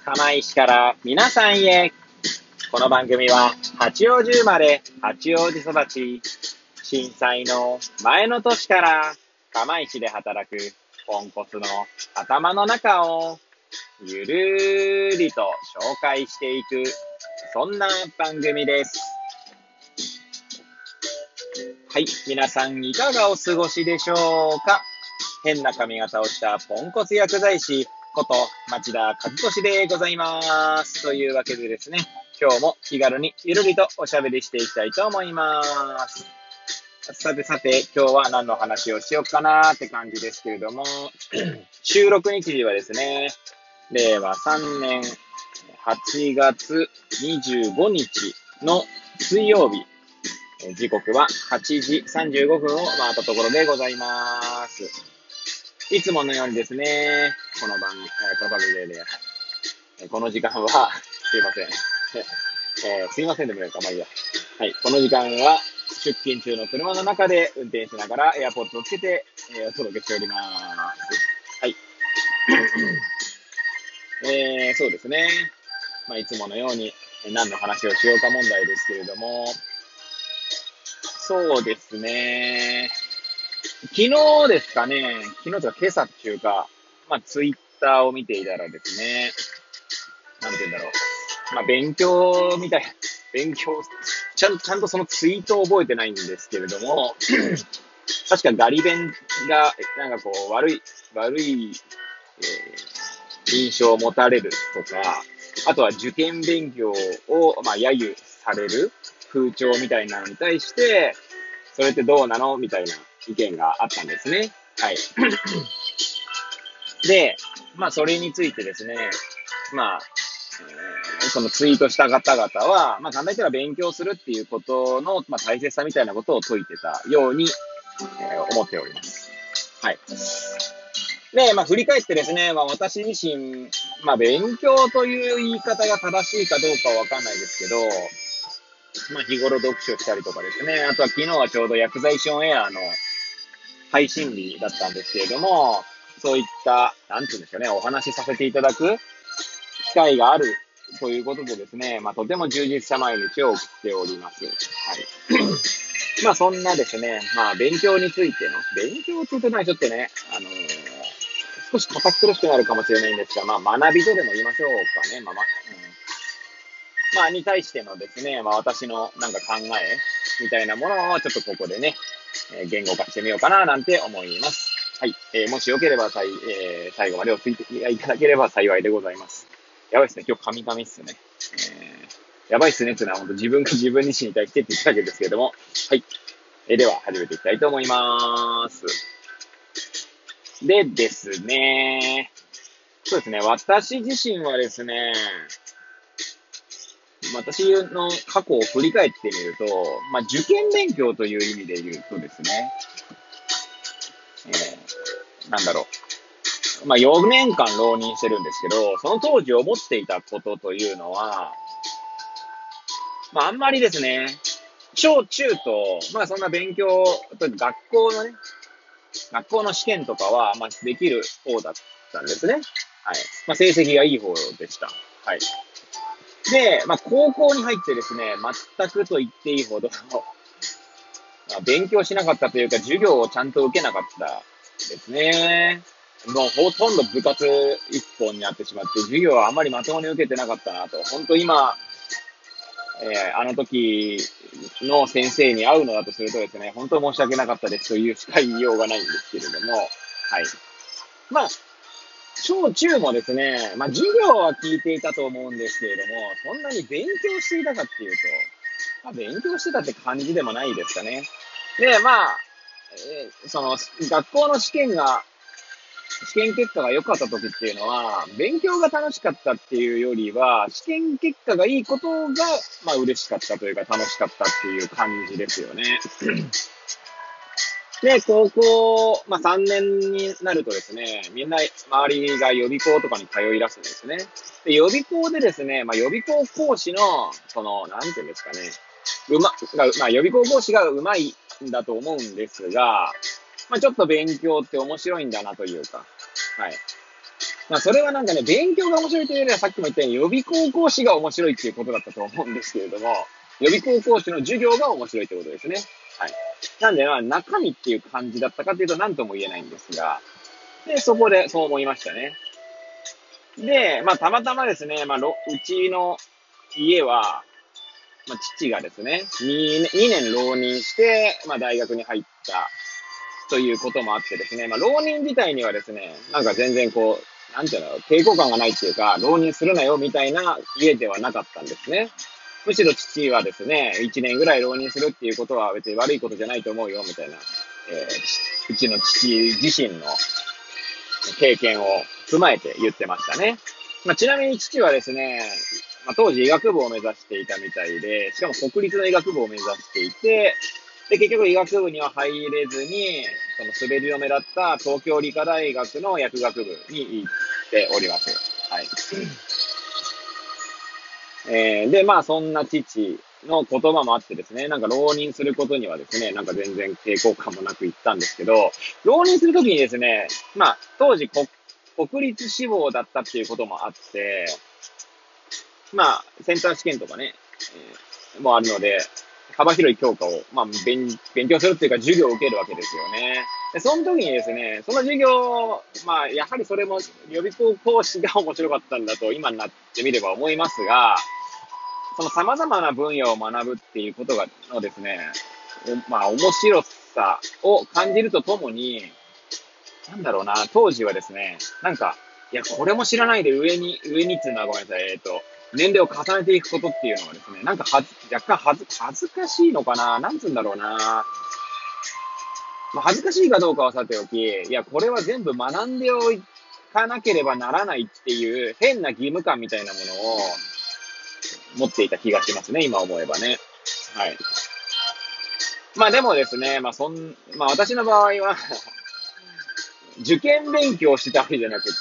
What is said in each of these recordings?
釜石から皆さんへ。この番組は八王子生まれ、八王子育ち、震災の前の年から釜石で働くポンコツの頭の中をゆるりと紹介していく、そんな番組です。はい、皆さんいかがお過ごしでしょうか。変な髪型をしたポンコツ薬剤師こと町田和俊でございます。というわけでですね、今日も気軽にゆるりとおしゃべりしていきたいと思います。さて、今日は何の話をしようかなって感じですけれども、収録日時はですね、令和3年8月25日の水曜日、時刻は8時35分を回ったところでございます。いつものようにですね、この番組でね、この時間は、すいません。すいませんでもないか、まあいいや。はい、この時間は、出勤中の車の中で運転しながらエアポッドをつけて、お届けしております。はい。そうですね。まあ、いつものように何の話をしようか問題ですけれども、そうですね。昨日ですかね、昨日とか今朝っていうか、まあ、ツイッターを見ていたらですね、なんて言うんだろう。まあ、勉強、ちゃんとそのツイートを覚えてないんですけれども、確かガリ勉が、なんかこう、悪い、印象を持たれるとか、あとは受験勉強を、まあ、揶揄される風潮みたいなのに対して、それってどうなのみたいな意見があったんですね。はい。で、まあ、それについてですね、まあ、そのツイートした方々は、まあ、簡単に言ったら勉強するっていうことの、まあ、大切さみたいなことを説いてたように、思っております。はい。で、まあ、振り返ってですね、まあ、私自身、まあ、勉強という言い方が正しいかどうかはわかんないですけど、まあ、日頃読書したりとかですね、あとは昨日はちょうど薬剤師オンエアの配信日だったんですけれども、そういった、なんていうんですかね、お話しさせていただく機会があるということでですね、まあ、とても充実した毎日を送っております。はい。まあ、そんなですね、まあ、勉強についての、勉強って言うとね、ちょっとね、少し堅苦しくなるかもしれないんですが、まあ、学びとでも言いましょうかね、まあ、に対してのですね、まあ、私のなんか考えみたいなものをちょっとここでね、言語化してみようかななんて思います。はい。もしよければ最後までお付き合いいただければ幸いでございます。やばいっすね。今日神々っすね。やばいっすねっていうのは本当自分が自分自身に対してって言ったわけですけれども。はい。では始めていきたいと思います。でですね。そうですね。私自身はですね、私の過去を振り返ってみると、まあ、受験勉強という意味で言うとですね、なんだろう。まあ、4年間浪人してるんですけど、その当時思っていたことというのは、まあ、あんまりですね、小中と、まあ、そんな勉強、学校の試験とかは、まあ、できる方だったんですね。はい。まあ、成績がいい方でした。はい。で、まあ、高校に入ってですね、全くと言っていいほど、まあ、勉強しなかったというか、授業をちゃんと受けなかったですね。もうほとんど部活一本になってしまって、授業はあんまりまともに受けてなかったなと。本当今、あの時の先生に会うのだとするとですね、本当申し訳なかったですというしか言いようがないんですけれども、はい。まあ、小中もですね、まあ授業は聞いていたと思うんですけれども、そんなに勉強していたかっていうと、まあ勉強してたって感じでもないですかね。で、まあ、その、学校の試験結果が良かった時っていうのは、勉強が楽しかったっていうよりは、試験結果がいいことが、まあ嬉しかったというか楽しかったっていう感じですよね。で、高校、まあ3年になるとですね、みんな周りが予備校とかに通い出すんですね。で、予備校でですね、まあ予備校講師の、その、なんていうんですかね、まあ予備校講師がうまいんだと思うんですが、まあちょっと勉強って面白いんだなというか、はい。 まあ、それはなんかね、勉強が面白いというよりは、さっきも言ったように予備高校士が面白いっていうことだったと思うんですけれども、予備高校士の授業が面白いってことですね。はい。なんで、まあ、中身っていう感じだったかっていうと何とも言えないんですが、で、そこでそう思いましたね。で、まあ、たまたまですね、まあ、うちの家は、まあ、父がですね、2年浪人して、まあ、大学に入ったということもあってですね、まあ、浪人自体にはですね、なんか全然こう、なんていうの、抵抗感がないっていうか、浪人するなよみたいな家ではなかったんですね。むしろ父はですね、1年ぐらい浪人するっていうことは別に悪いことじゃないと思うよ、みたいな、うちの父自身の経験を踏まえて言ってましたね。まあ、ちなみに父はですね、まあ、当時医学部を目指していたみたいで、しかも国立の医学部を目指していて、で、結局医学部には入れずに、その滑り止めだった東京理科大学の薬学部に行っております。はい。で、まあそんな父の言葉もあってですね、なんか浪人することにはですね、なんか全然抵抗感もなく行ったんですけど、浪人するときにですね、まあ当時国立志望だったっていうこともあって、まあセンター試験とかね、もあるので、幅広い教科を、まあ、勉強するっていうか授業を受けるわけですよね。で、その時にですね、その授業、まあ、やはりそれも予備校講師が面白かったんだと今になってみれば思いますが、その様々な分野を学ぶっていうことのですね、まあ、面白さを感じるとともに、なんだろうな、当時はですね、なんか、いや、これも知らないで上にっていうのはごめんなさい、年齢を重ねていくことっていうのはですね、なんか若干恥ずかしいのかな、なんつうんだろうな。まあ、恥ずかしいかどうかはさておき、いや、これは全部学んでおかなければならないっていう変な義務感みたいなものを持っていた気がしますね、今思えばね。はい。まあでもですね、まあ私の場合は受験勉強をしてたわけじゃなくって、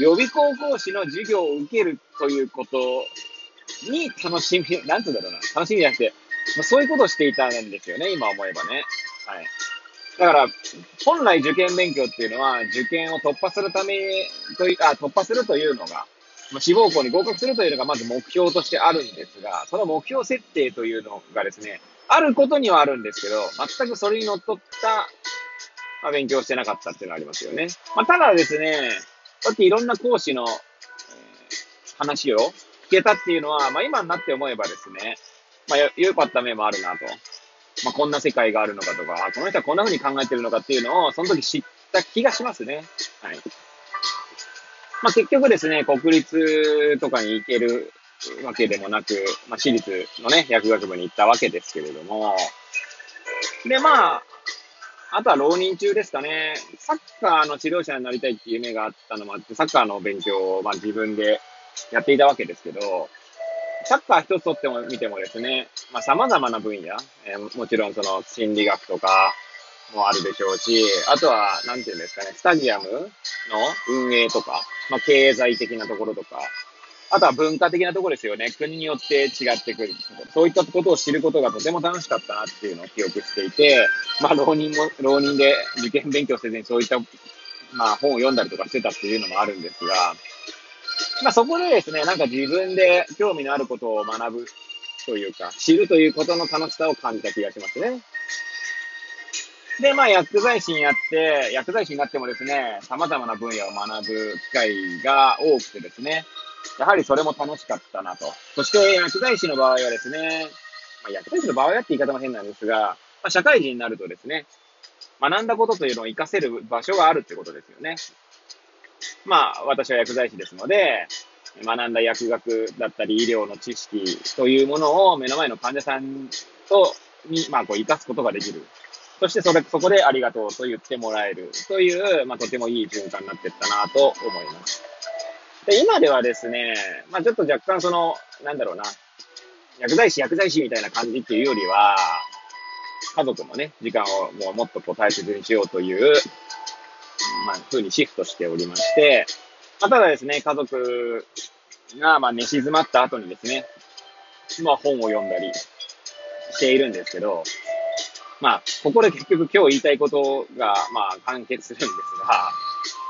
予備高校士の授業を受けるということに楽しみ、なんつうんだろうな、楽しみじゃなくて、まあ、そういうことをしていたんですよね、今思えばね。はい。だから、本来受験勉強っていうのは、受験を突破するため突破するというのが、志望校に合格するというのがまず目標としてあるんですが、その目標設定というのがですね、あることにはあるんですけど、全くそれにのっとった、まあ、勉強してなかったっていうのはありますよね。まあ、ただですね、さっきいろんな講師の、話を聞けたっていうのは、まあ今になって思えばですね、まあ良かった面もあるなと。まあこんな世界があるのかとか、この人はこんな風に考えてるのかっていうのを、その時知った気がしますね。はい。まあ結局ですね、国立とかに行けるわけでもなく、まあ私立のね、薬学部に行ったわけですけれども、でまあ、あとは浪人中ですかね。サッカーの指導者になりたいっていう夢があったのもあって、サッカーの勉強をまあ自分でやっていたわけですけど、サッカー一つとっても見てもですね、まあ様々な分野、もちろんその心理学とかもあるでしょうし、あとは、なんていうんですかね、スタジアムの運営とか、まあ経済的なところとか、あとは文化的なところですよね。国によって違ってくる。そういったことを知ることがとても楽しかったなっていうのを記憶していて、まあ浪人で受験勉強せずにそういった、まあ本を読んだりとかしてたっていうのもあるんですが、まあそこでですね、なんか自分で興味のあることを学ぶというか、知るということの楽しさを感じた気がしますね。で、まあ薬剤師になってもですね、様々な分野を学ぶ機会が多くてですね、やはりそれも楽しかったなと。そして薬剤師の場合はですね、まあ、薬剤師の場合はって言い方も変なんですが、まあ、社会人になるとですね、学んだことというのを活かせる場所があるってことですよね。まあ、私は薬剤師ですので、学んだ薬学だったり医療の知識というものを目の前の患者さんまあ、こう、活かすことができる。そしてそこでありがとうと言ってもらえるという、まあ、とてもいい循環になっていったなと思います。で、今ではですね、まあ、ちょっと若干なんだろうな、薬剤師みたいな感じっていうよりは、家族のね、時間をもっとこう大切にしようという、まあ、風にシフトしておりまして、まあ、ただですね、家族が、まあ、寝静まった後にですね、まあ、本を読んだりしているんですけど、まあ、ここで結局今日言いたいことが、まあ、完結するんですが、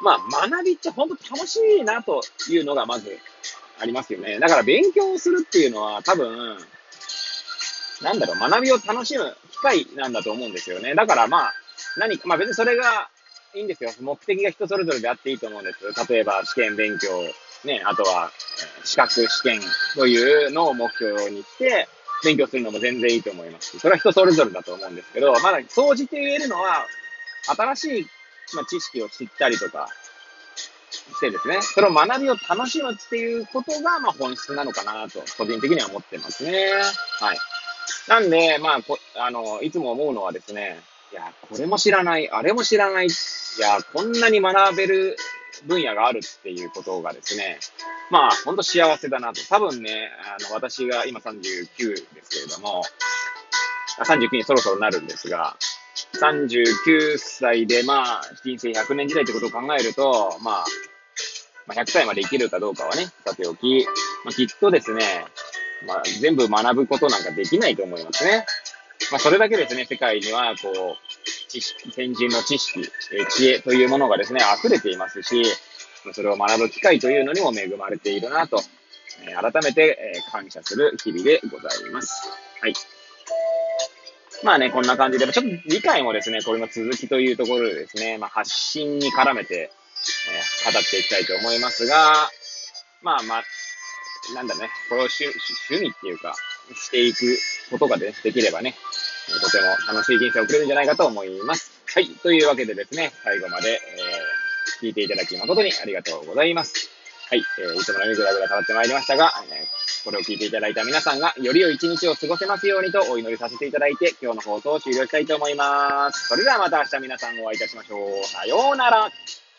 まあ、学びって本当楽しいなというのがまずありますよね。だから勉強するっていうのは多分、学びを楽しむ機会なんだと思うんですよね。だからまあ、まあ別にそれがいいんですよ。目的が人それぞれであっていいと思うんです。例えば試験勉強、ね、あとは資格試験というのを目標にして勉強するのも全然いいと思います。それは人それぞれだと思うんですけど、まだ総じて言えるのは、新しい、知識を知ったりとかしてですね、それを学びを楽しむっていうことが、本質なのかなと、個人的には思ってますね。はい。なんで、いつも思うのはですね、いや、これも知らない、あれも知らない、いや、こんなに学べる分野があるっていうことがですね、本当幸せだなと。多分ね、私が今39ですけれども、39にそろそろなるんですが、39歳で、人生100年時代ってことを考えると、100歳まで生きるかどうかはね、さておき、きっとですね、全部学ぶことなんかできないと思いますね。それだけですね、世界には、先人の知識、知恵というものがですね、溢れていますし、それを学ぶ機会というのにも恵まれているなと、改めて、感謝する日々でございます。はい。こんな感じで、ちょっと次回もですね、これの続きというところでですね、発信に絡めて、語っていきたいと思いますが、これを趣味っていうか、していくことができればね、とても楽しい人生を送れるんじゃないかと思います。はい。というわけでですね、最後まで、聞いていただき誠にありがとうございます。はい。いつものようにぐらぐら語ってまいりましたが、これを聞いていただいた皆さんがより良い一日を過ごせますようにとお祈りさせていただいて、今日の放送を終了したいと思います。それではまた明日皆さんお会いいたしましょう。さようなら。